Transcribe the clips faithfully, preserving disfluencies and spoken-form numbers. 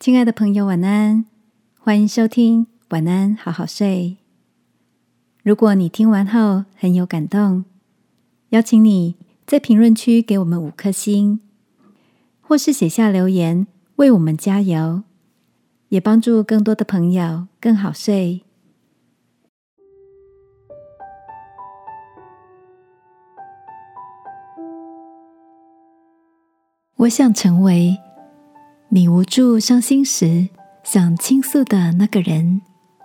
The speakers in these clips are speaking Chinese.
亲爱的朋友，晚安，欢迎收听晚安好好睡。如果你听完后很有感动，邀请你在评论区给我们五颗星，或是写下留言为我们加油，也帮助更多的朋友更好睡。我想成为你无助伤心时想倾诉的那个人。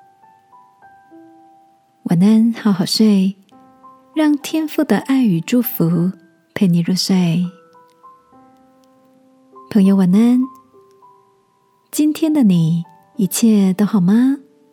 晚安，好好睡，让天父的爱与祝福陪你入睡。朋友晚安，今天的你一切都好吗？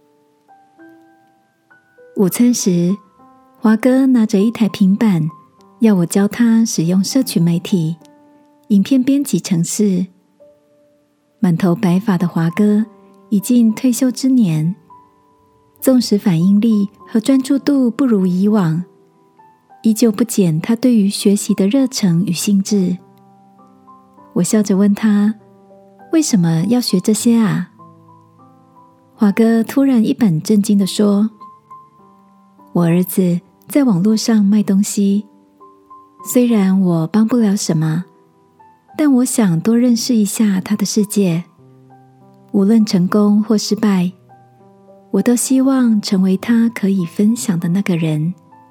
午餐时，华哥拿着一台平板，要我教他使用社群媒体、影片编辑程式。满头白发的华哥已近退休之年，纵使反应力和专注度不如以往，依旧不减他对于学习的热忱与兴致。我笑着问他，为什么要学这些啊？华哥突然一本正经地说，我儿子在网络上卖东西，虽然我帮不了什么，但我想多认识一下他的世界，无论成功或失败，我都希望成为他可以分享的那个人。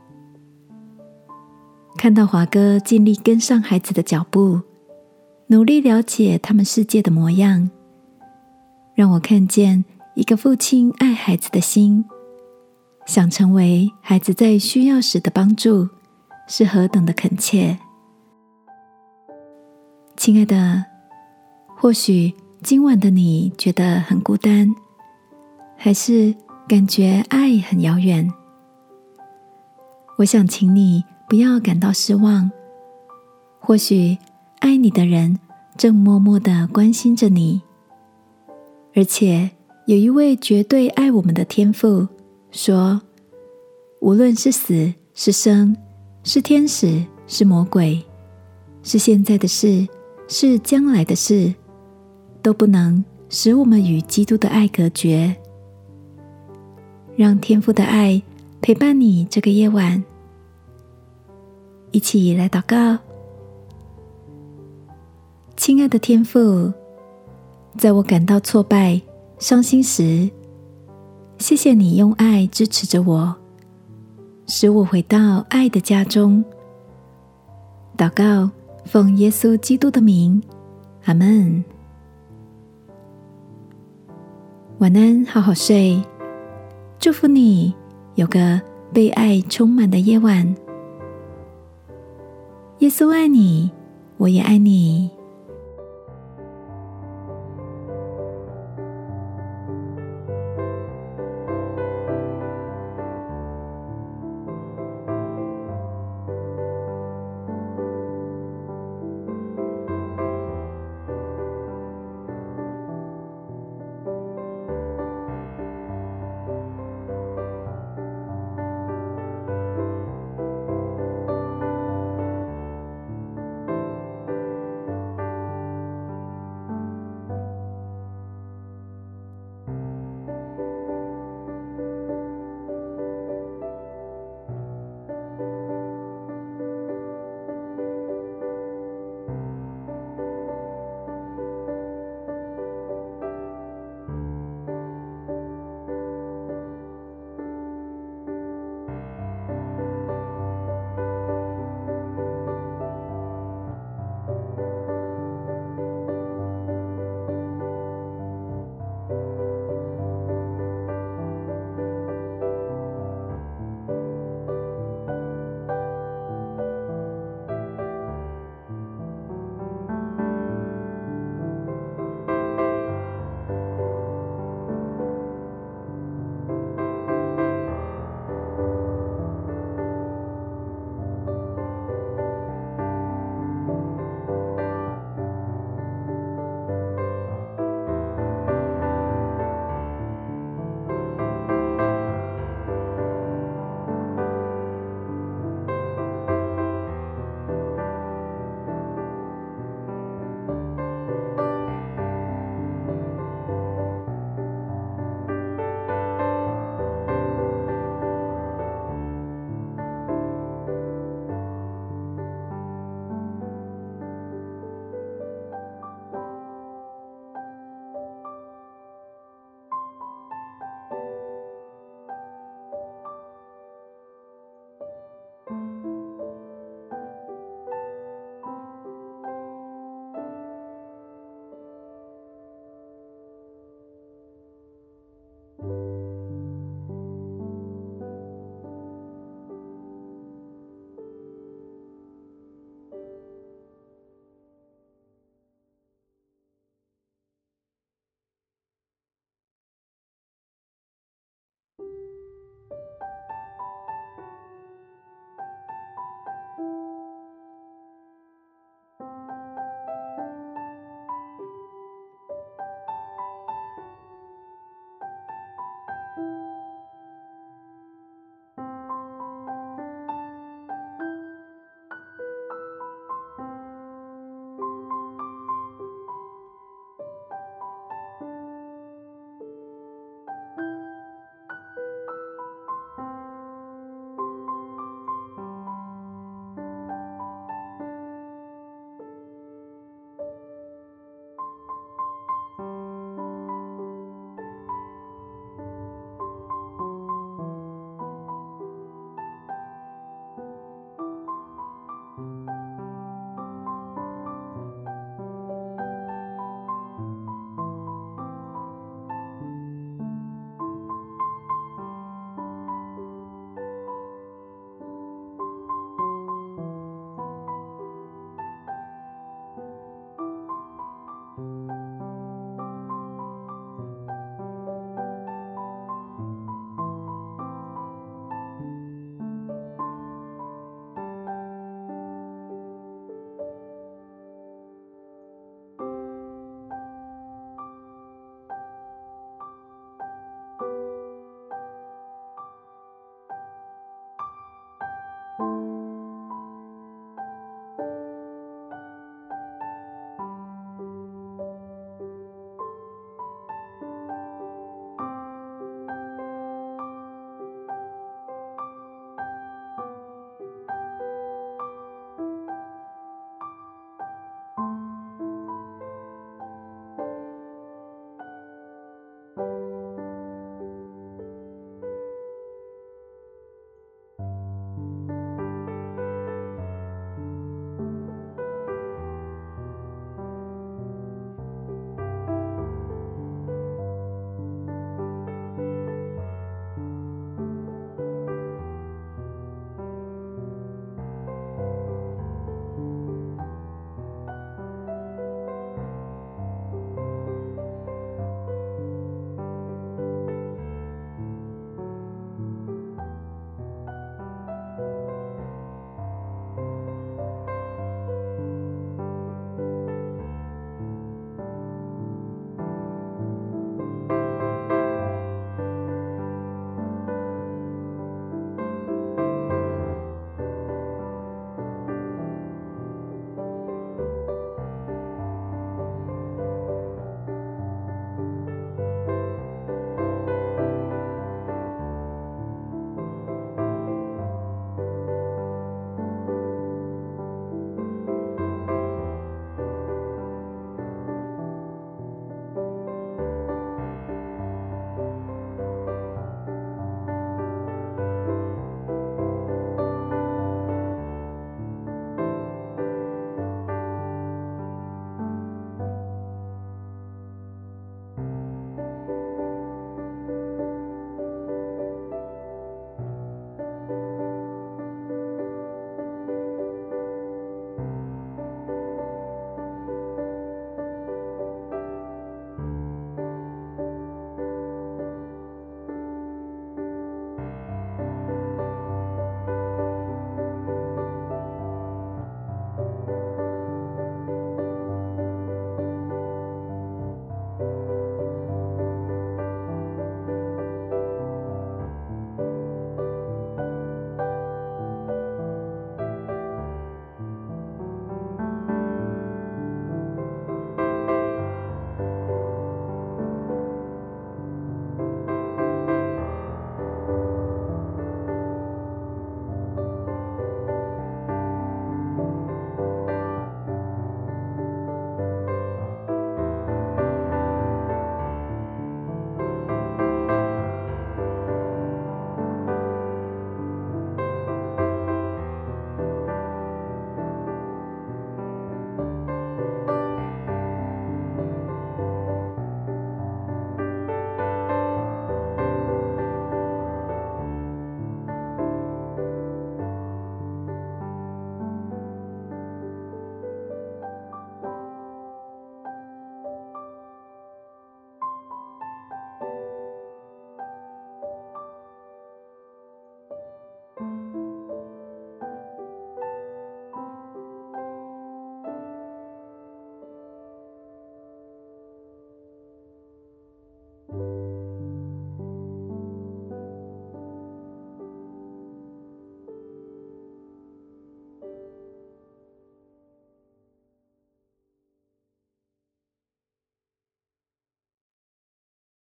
看到华哥尽力跟上孩子的脚步，努力了解他们世界的模样，让我看见一个父亲爱孩子的心，想成为孩子在需要时的帮助，是何等的恳切。亲爱的，或许今晚的你觉得很孤单，还是感觉爱很遥远。我想请你不要感到失望，或许爱你的人正默默地关心着你，而且有一位绝对爱我们的天父说，无论是死是生，是天使是魔鬼，是现在的事是将来的事，都不能使我们与基督的爱隔绝。让天父的爱陪伴你这个夜晚，一起来祷告。亲爱的天父，在我感到挫败、伤心时，谢谢你用爱支持着我，使我回到爱的家中。祷告奉耶稣基督的名，阿们。晚安，好好睡，祝福你有个被爱充满的夜晚。耶稣爱你，我也爱你。